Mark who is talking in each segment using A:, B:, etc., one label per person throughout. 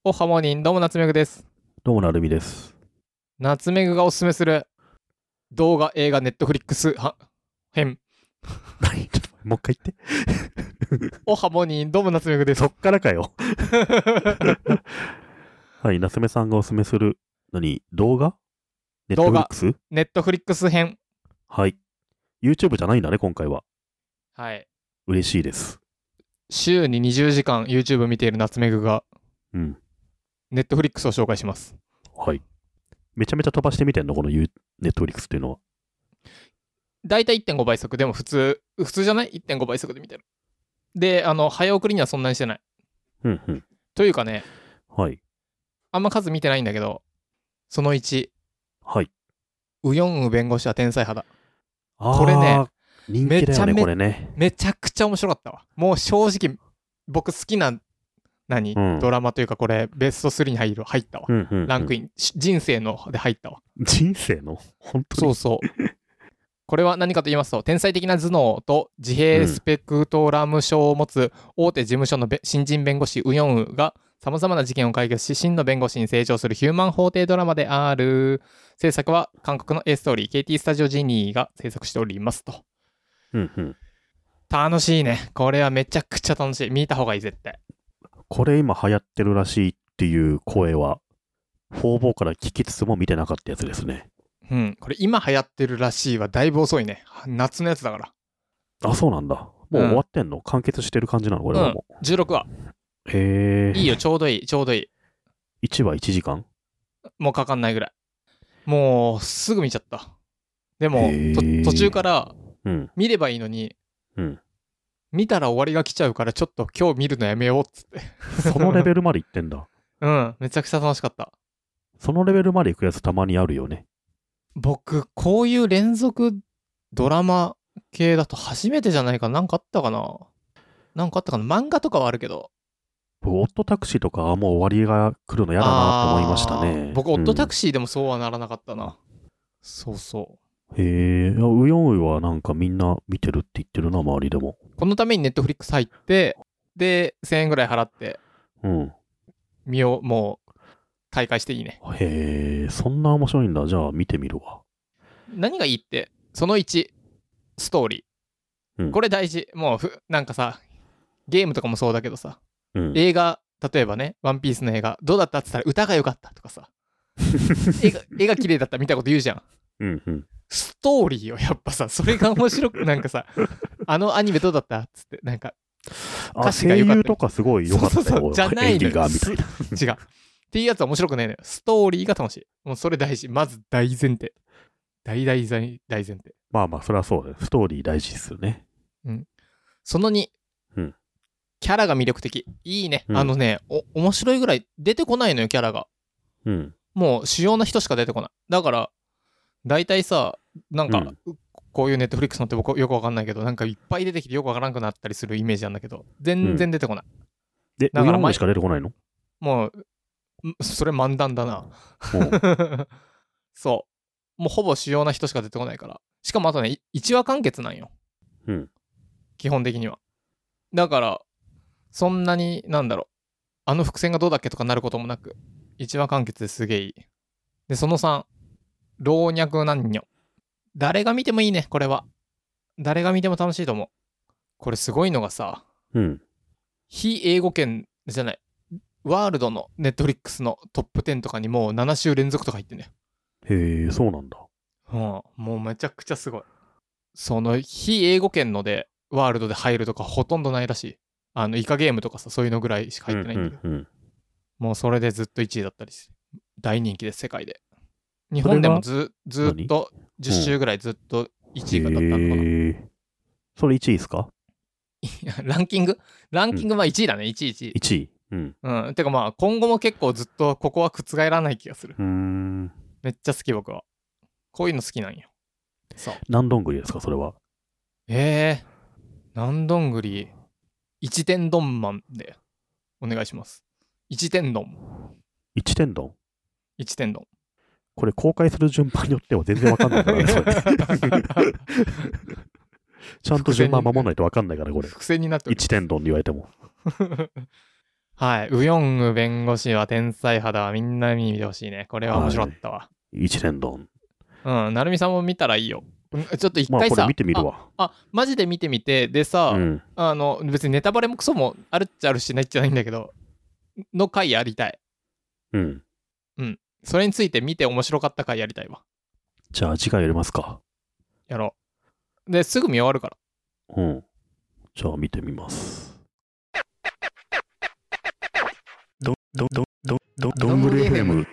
A: おはモーニン、どうも夏目ぐです。
B: どうもなるみです。
A: 夏目ぐがおすすめする動画、映画、ネットフリックス編。
B: 何ちょっともう一回言って。
A: おはモーニン、どうも夏目ぐです。
B: そっからかよ。はい、夏目さんがおすすめする、動画ネット
A: 動画、
B: フリックス
A: ネットフリックス編。
B: はい。YouTube じゃないんだね、今回は。
A: はい。
B: 嬉しいです。
A: 週に20時間 YouTube 見ている夏目ぐが、
B: うん。
A: ネットフリックスを紹介します。
B: はい。めちゃめちゃ飛ばしてみてんのこのネットフリックスっていうのは。
A: だいたい 1.5 倍速。でも普通じゃない ?1.5 倍速で見てる。で、早送りにはそんなにしてない。
B: うんうん。
A: というかね、
B: はい。
A: あんま数見てないんだけど、その1、
B: はい。
A: ウヨンウ弁護士は天才派だ。
B: あー、
A: これね、
B: 人気だよね、これね。
A: めちゃくちゃ面白かったわ。もう正直、僕好きな、ドラマというかこれ、ベスト3に入ったわ。
B: うんうんうん、
A: ランクイン。人生ので入ったわ。
B: 人生の本当に
A: そうそう。これは何かと言いますと、天才的な頭脳と自閉スペクトラム症を持つ大手事務所の新人弁護士ウヨンウが様々な事件を解決し、真の弁護士に成長するヒューマン法廷ドラマである。制作は韓国の A ストーリー、KT スタジオジニーが制作しておりますと。
B: うんうん。
A: 楽しいね。これはめちゃくちゃ楽しい。見た方がいい、絶対。
B: これ今流行ってるらしいっていう声は、方々から聞きつつも見てなかったやつですね。
A: うん。これ今流行ってるらしいはだいぶ遅いね。夏のやつだから。
B: あ、そうなんだ。もう終わってんの、完結してる感じなのこれはもう。
A: 16話。
B: へえ。
A: いいよ、ちょうどいい、ちょうどいい。
B: 1話1時間
A: もうかかんないぐらい。もうすぐ見ちゃった。でも、途中から見ればいいのに、見たら終わりが来ちゃうからちょっと今日見るのやめようっつって。
B: そのレベルまで行ってんだ。
A: うん、めちゃくちゃ楽しかった。
B: そのレベルまで行くやつたまにあるよね。
A: 僕、こういう連続ドラマ系だと初めてじゃないかな。なんかあったかな。漫画とかはあるけど。
B: 僕、オットタクシーとかはもう終わりが来るの嫌だなと思いましたね。
A: 僕、オットタクシーでもそうはならなかったな。そうそう。
B: へえ、ウヨンウはなんかみんな見てるって言ってるな、周りでも。
A: このためにネットフリックス入って、で、1000円ぐらい払って、もう、開会していいね。
B: へえ、そんな面白いんだ。じゃあ見てみるわ。
A: 何がいいって、その1、ストーリー。これ大事。もうなんかさ、ゲームとかもそうだけどさ、映画、例えばね、ワンピースの映画、どうだったって言ったら歌が良かったとかさ、絵が綺麗だったみたいなこと言うじゃん。ストーリーよ、やっぱさ、それが面白く、なんかさ、あのアニメどうだったっつって、なんか、
B: 歌詞が良かった。声優とかすごい良かったよ。
A: そうじゃないのよ。
B: みたいな。
A: 違う。っていうやつは面白くないのよ。ストーリーが楽しい。もうそれ大事。まず大前提。大前提。
B: まあまあ、それはそうだよ。ストーリー大事ですよね。
A: うん。その2、キャラが魅力的。いいね。面白いぐらい出てこないのよ、キャラが。もう主要な人しか出てこない。だから、大体さ、なんか、こういうネットフリックスのって僕よくわかんないけど、なんかいっぱい出てきてよくわからなくなったりするイメージなんだけど、全然出てこない。
B: で、だからしか出てこないの？
A: もう、それ漫談だな。そう。もうほぼ主要な人しか出てこないから。しかもあとね、1話完結なんよ。基本的には。だから、そんなに、あの伏線がどうだっけとかなることもなく、1話完結ですげえいい。で、その3、老若男女。誰が見てもいいね、これは。誰が見ても楽しいと思う。これすごいのがさ、非英語圏じゃない、ワールドのネットフリックスのトップ10とかにもう7週連続とか入ってんね。
B: へえ、そうなんだ。
A: もうめちゃくちゃすごい。その非英語圏のでワールドで入るとかほとんどないらしい。イカゲームとかさ、そういうのぐらいしか入ってないんだけど。もうそれでずっと1位だったりして。大人気です、世界で。日本でもずっと10週ぐらいずっと1位がだったのかな。
B: それ1位ですか？
A: ランキングは1位だね、1位。
B: 1位。
A: てかまあ今後も結構ずっとここは覆らない気がする。めっちゃ好き、僕は。こういうの好きなんよ。そう。
B: 何どんぐりですか、それは。
A: 何どんぐり1点ドンマンでお願いします。1点ドン。
B: 1点ドン
A: ?1 点ドン。
B: これ公開する順番によっては全然わかんないからね、それ。ちゃんと順番守んないとわかんないから、これ。
A: 伏線になってる。
B: 1点ドンに言われても。
A: はい。ウヨンウ弁護士は天才肌はみんな見に見てほしいね。これは面白かったわ。
B: 一年ドン。
A: うん。なるみさんも見たらいいよ。ちょっと一回さ、
B: これ見てみるわ。
A: マジで見てみて、でさ、別にネタバレもクソもあるっちゃあるしないっちゃないんだけど、の回やりたい。うん。それについて見て面白かった回やりたいわ。
B: じゃあ次回やりますか。
A: やろう。で、すぐ見終わるから。
B: うん。じゃあ見てみます。どんぐり FM。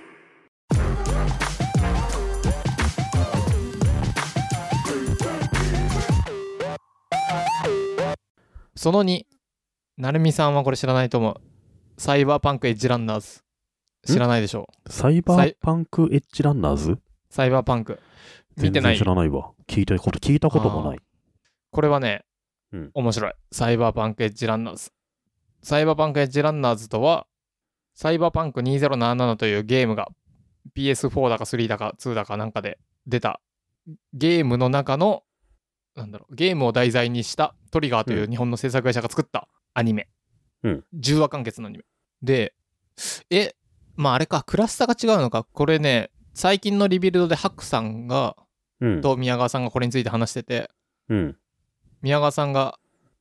A: その2、なるみさんはこれ知らないと思う。サイバーパンクエッジランナーズ。知らないでしょう。
B: サイバーパンクエッジランナーズ？
A: サイバーパンク。見てない？
B: 全然知らないわ。聞いたこともない。
A: これはね、面白い。サイバーパンクエッジランナーズ。サイバーパンクエッジランナーズとは、サイバーパンク2077というゲームが PS4 だか3だか2だかなんかで出たゲームの中の、ゲームを題材にしたトリガーという日本の制作会社が作ったアニメ。10話完結のアニメ。で、あれか、クラスターが違うのか。これね、最近のリビルドでハックさんが、と宮川さんがこれについて話してて、宮川さんが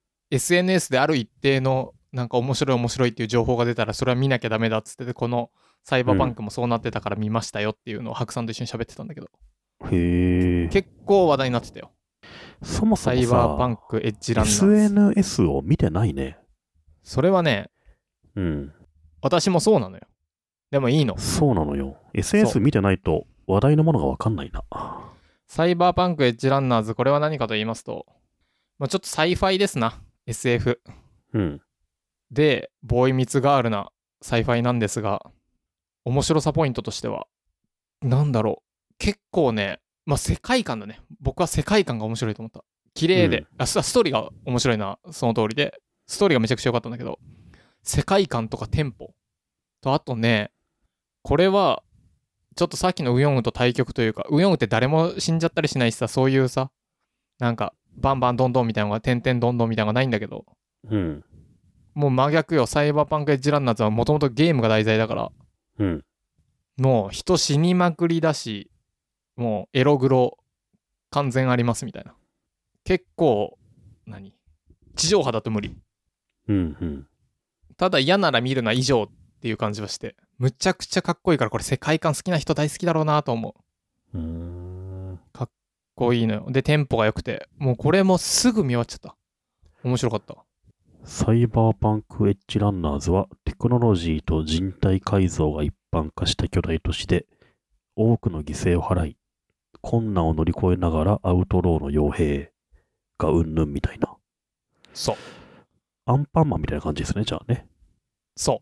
A: SNS である一定のなんか面白いっていう情報が出たらそれは見なきゃダメだっつってて、このサイバーパンクもそうなってたから見ましたよっていうのをハクさんと一緒に喋ってたんだけど、
B: へえ。
A: 結構話題になってたよ。
B: そもそもさ、
A: サイバーパンクエッジランナーズ
B: SNS を見てないね。
A: それはね、私もそうなのよ。でもいいの。
B: そうなのよ。SNS 見てないと話題のものが分かんないな。
A: サイバーパンクエッジランナーズ、これは何かと言いますと、ちょっとサイファイですな。SF。で、ボーイミツガールなサイファイなんですが、面白さポイントとしては、結構ね、世界観だね。僕は世界観が面白いと思った。綺麗で、ストーリーが面白いな、その通りで。ストーリーがめちゃくちゃ良かったんだけど、世界観とかテンポと、あとね、これは、ちょっとさっきのウヨンウと対極というか、ウヨンウって誰も死んじゃったりしないしさ、そういうさ、なんか、バンバンドンドンみたいなのが、点々ドンドンみたいなのがないんだけど、もう真逆よ。サイバーパンクエッジランナーズはもともとゲームが題材だから、もう人死にまくりだし、もうエログロ完全ありますみたいな。結構、地上波だと無理。ただ嫌なら見るな以上っていう感じはして、むちゃくちゃかっこいいから、これ世界観好きな人大好きだろうなと思う。かっこいいのよ。で、テンポが良くて、もうこれもすぐ見終わっちゃった。面白かった。
B: サイバーパンクエッジランナーズはテクノロジーと人体改造が一般化した巨大都市で多くの犠牲を払い、困難を乗り越えながらアウトローの傭兵がうんぬんみたいな。
A: そう。
B: アンパンマンみたいな感じですね、じゃあね。
A: そう。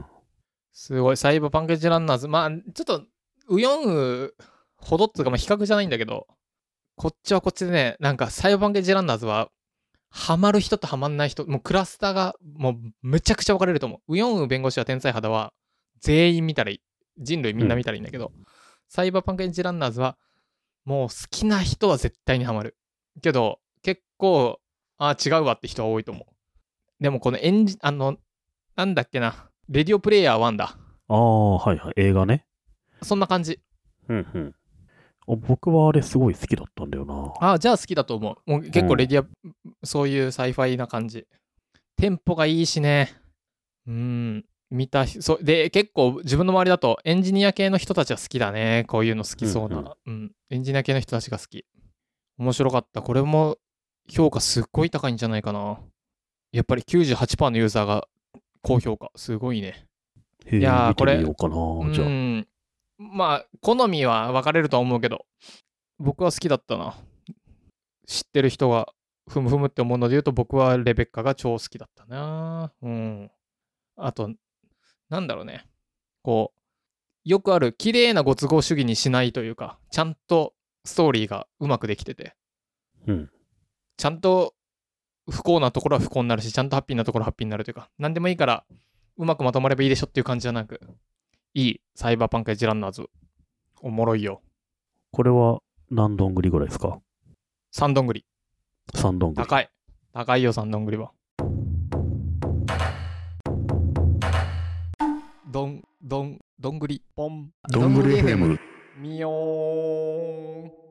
A: すごい、サイバーパンクエッジランナーズ。ちょっと、ウヨンウほどっつうか、比較じゃないんだけど、こっちはこっちでね、サイバーパンクエッジランナーズは、ハマる人とハマんない人、もうクラスターがもうめちゃくちゃ分かれると思う。ウヨンウ弁護士は天才肌は全員見たらいい。人類みんな見たらいいんだけど、サイバーパンクエッジランナーズはもう好きな人は絶対にハマる。けど結構、違うわって人は多いと思う。でもこのなんだっけな、レディオプレイヤー1だ。
B: はいはい、映画ね。
A: そんな感じ。
B: 僕はあれすごい好きだったんだよな。
A: じゃあ好きだと思う。もう結構レディア、そういうサイファイな感じ。テンポがいいしね。見たで、結構自分の周りだとエンジニア系の人たちは好きだね。こういうの好きそうな。エンジニア系の人たちが好き。面白かった。これも評価すっごい高いんじゃないかな。やっぱり 98% のユーザーが高評価。すごいね。
B: いやー、これ。見てみようかな、じゃ
A: あ。好みは分かれるとは思うけど、僕は好きだったな。知ってる人がふむふむって思うので言うと、僕はレベッカが超好きだったな。あと、よくある綺麗なご都合主義にしないというか、ちゃんとストーリーがうまくできてて、ちゃんと不幸なところは不幸になるし、ちゃんとハッピーなところはハッピーになるというか、何でもいいからうまくまとまればいいでしょっていう感じじゃなく、いいサイバーパンクエッジランナーズ。おもろいよ。
B: これは何どんぐりぐらいですか
A: ？3どんぐり。
B: 3どんぐり。
A: 高いよ、3どんぐりは。 どんぐりポン
B: どんぐり FM
A: みよーん。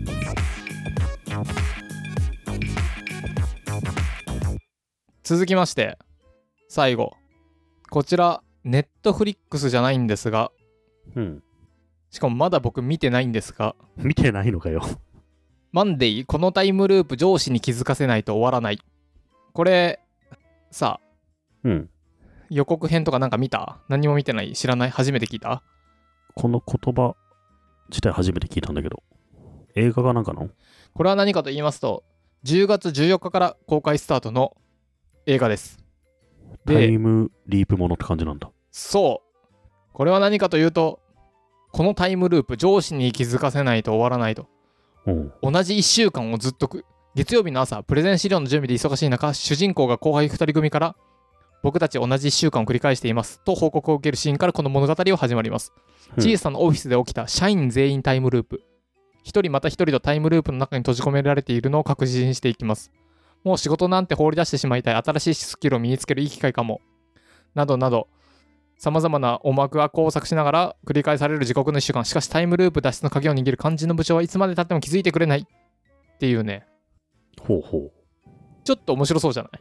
A: 続きまして最後、こちらネットフリックスじゃないんですが、しかもまだ僕見てないんですが、
B: 見てないのかよ。
A: マンデーこのタイムループ上司に気づかせないと終わらない。これさ、予告編とかなんか見た？何も見てない？知らない？初めて聞いた？
B: この言葉自体初めて聞いたんだけど、映画がなんかの？
A: これは何かと言いますと、10月14日から公開スタートの映画です。
B: タイムリープものって感じなんだ。
A: そう。これは何かというと、このタイムループ上司に気づかせないと終わらないと。同じ1週間をずっと月曜日の朝、プレゼン資料の準備で忙しい中、主人公が後輩2人組から僕たち同じ1週間を繰り返していますと報告を受けるシーンからこの物語は始まります。小さなオフィスで起きた社員全員タイムループ。一人また一人とタイムループの中に閉じ込められているのを確認していきます。もう仕事なんて放り出してしまいたい、新しいスキルを身につけるいい機会かも。などなど、様々な思惑が交錯しながら繰り返される地獄の1週間。しかしタイムループ脱出の鍵を握る肝心の部長はいつまで経っても気づいてくれないっていうね。
B: ほうほう。
A: ちょっと面白そうじゃない？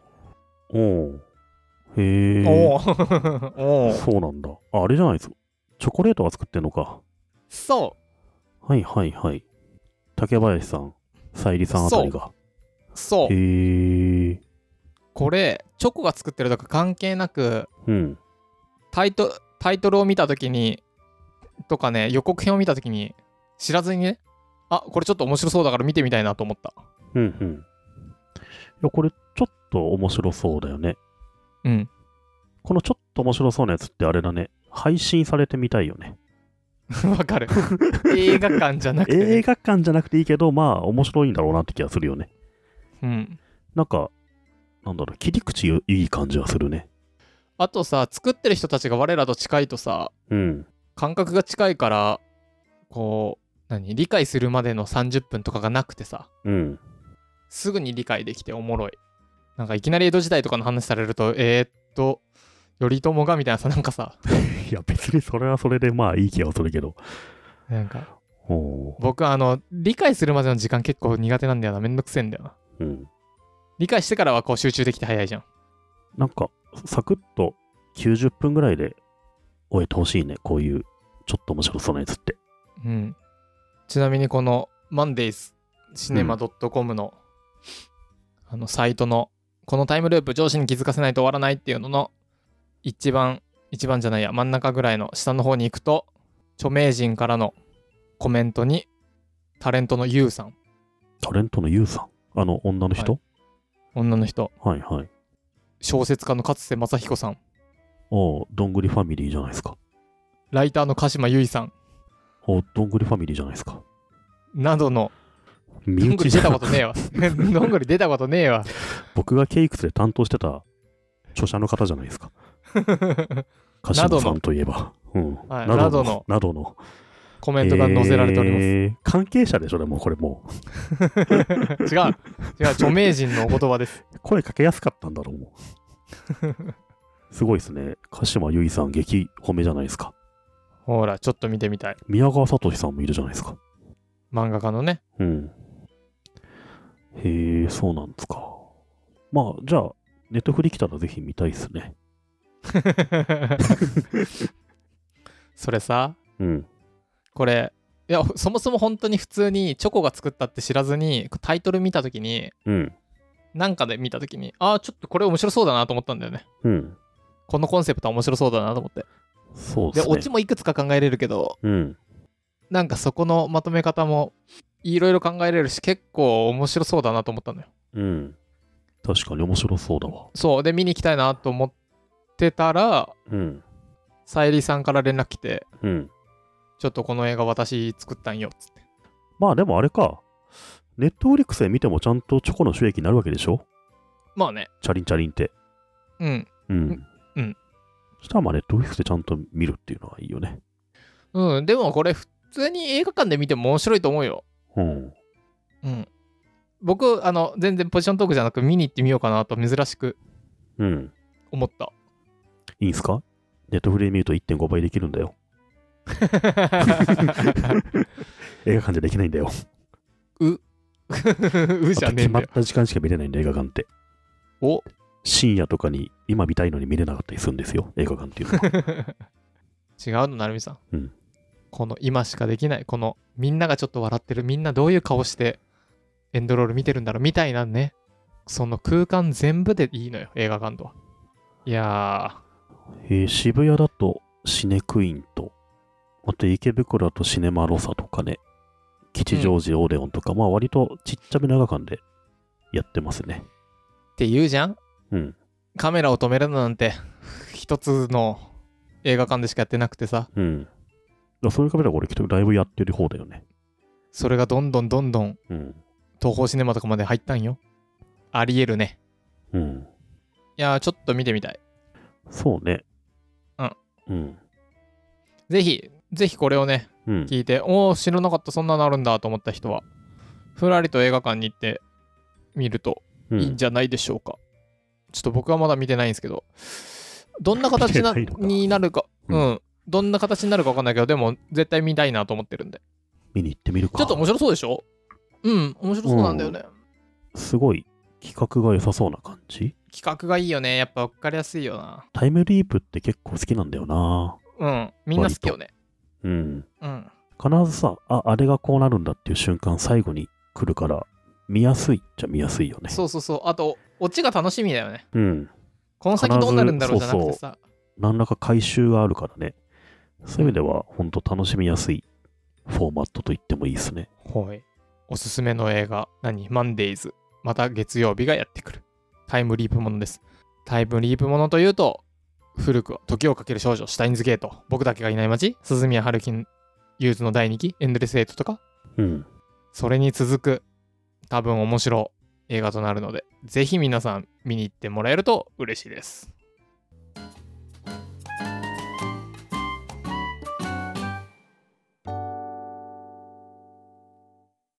B: へえ。そうなんだ。あれじゃないですか。チョコレートが作ってんのか。
A: そう。
B: はいはいはい。竹林さん、さゆりさんあたりが。
A: そう。
B: へえ。
A: これ、チョコが作ってるとか関係なく、タイトルを見たときに、とかね、予告編を見たときに、知らずにね、あ、これちょっと面白そうだから見てみたいなと思った。
B: いや、これちょっと面白そうだよね。このちょっと面白そうなやつってあれだね。配信されてみたいよね。
A: わかる。映画館じゃなくて、ね。
B: 映画館じゃなくていいけど、まあ面白いんだろうなって気がするよね。なんか、なんだろう、切り口いい感じはするね。
A: あとさ、作ってる人たちが我らと近いとさ、感覚が近いから、こう、理解するまでの30分とかがなくてさ、すぐに理解できておもろい。なんかいきなり江戸時代とかの話されると、頼朝がみたいなさ、なんかさ。
B: いや別にそれはそれでまあいい気がするけど。
A: なんか、僕理解するまでの時間結構苦手なんだよな。めんどくせえんだよな。理解してからはこう集中できて早いじゃん。
B: なんか、サクッと90分ぐらいで終えてほしいね。こういうちょっと面白そうなやつって。
A: ちなみにこの Mondays Cinema.com の、サイトのこのタイムループ上司に気づかせないと終わらないっていうのの一番じゃないや、真ん中ぐらいの下の方に行くと、著名人からのコメントにタレントのユウさん。
B: タレントのユウさん？女の人？
A: 女の人。
B: はいはい。
A: 小説家の勝瀬正彦さん。
B: どんぐりファミリーじゃないですか。
A: ライターの鹿島結衣さん。
B: どんぐりファミリーじゃないですか。
A: などの。どんぐり出たことねえわ。どんぐり出たことねえわ。
B: 僕がケイクスで担当してた著者の方じゃないですか。鹿島さんといえば。などの
A: コメントが載せられております。
B: 関係者でしょ、でもこれも
A: う。違う、著名人のお言葉です。
B: 声かけやすかったんだろう、もう。すごいですね。鹿島結衣さん、激褒めじゃないですか。
A: ほら、ちょっと見てみたい。
B: 宮川聡さんもいるじゃないですか。
A: 漫画家のね。
B: へえ、そうなんですか。まあ、じゃあ、ネットフリ来たらぜひ見たいっすね。
A: それさ、これ、いや、そもそも本当に普通にチョコが作ったって知らずに、タイトル見たときに、なんかで見たときに、ちょっとこれ面白そうだなと思ったんだよね。このコンセプトは面白そうだなと思って。
B: そうですね。
A: で、オチもいくつか考えれるけど、なんかそこのまとめ方もいろいろ考えれるし、結構面白そうだなと思ったのよ。
B: 確かに面白そうだわ。
A: そう。で、見に行きたいなと思ってたら、さゆりさんから連絡来て、ちょっとこの映画私作ったんよっつって。
B: まあでもあれか、ネットフリックスで見てもちゃんとチョコの収益になるわけでしょ？ま
A: あね。
B: チャリンチャリンって。そしたらまあネットフリックスでちゃんと見るっていうのはいいよね。
A: でもこれ普通に映画館で見ても面白いと思うよ。僕、全然ポジショントークじゃなく見に行ってみようかなと珍しく思った。
B: いいんすか？ ネットフリで見ると 1.5 倍できるんだよ。映画館じゃできないんだよ。
A: うじゃねえんだよ。
B: 決まった時間しか見れないんだ、映画館って。
A: お
B: 深夜とかに今見たいのに見れなかったりするんですよ、映画館っていうのは。
A: 違うの、なるみさん。
B: うん。
A: この今しかできない、このみんながちょっと笑ってる、みんなどういう顔してエンドロール見てるんだろうみたいなね。その空間全部でいいのよ、映画館とは。いや
B: 渋谷だとシネクインと、あと池袋だとシネマロサとかね、吉祥寺オーデオンとか、まあ割とちっちゃめな映画館でやってますね。
A: って言うじゃん。
B: うん。
A: カメラを止めるのなんて一つの映画館でしかやってなくてさ。
B: うん。そういうカメラが俺だいぶやってる方だよね。
A: それがどんどん、うん、東宝シネマとかまで入ったんよ。ありえるね。
B: うん。
A: いやー、ちょっと見てみたい。
B: そうね。
A: うん。
B: うん。
A: ぜひこれをね、聞いて、おー、知らなかった、そんなのあるんだと思った人は、ふらりと映画館に行って見るといいんじゃないでしょうか。ちょっと僕はまだ見てないんですけど、どんな形になるか、どんな形になるか分かんないけど、でも絶対見たいなと思ってるんで。
B: 見に行ってみるか。
A: ちょっと面白そうでしょ？面白そうなんだよね。
B: すごい企画が良さそうな感じ？
A: 企画がいいよね。やっぱ分かりやすいよな。
B: タイムリープって結構好きなんだよな。
A: みんな好きよね。
B: 必ずさ、あれがこうなるんだっていう瞬間最後に来るから、見やすいっちゃ見やすいよね。
A: そう。あと、オチが楽しみだよね。この
B: 先
A: どうなるんだろうじゃなくてさ。
B: 何らか回収があるからね。そういう意味では、本当楽しみやすいフォーマットと言ってもいいですね。
A: はい。おすすめの映画、マンデイズ。また月曜日がやってくる。タイムリープものです。タイムリープものというと、古くは時をかける少女、シュタインズゲート、僕だけがいない街、鈴宮春日ユーズの第2期、エンドレスエイトとか、それに続く、多分面白い映画となるので、ぜひ皆さん見に行ってもらえると嬉しいです。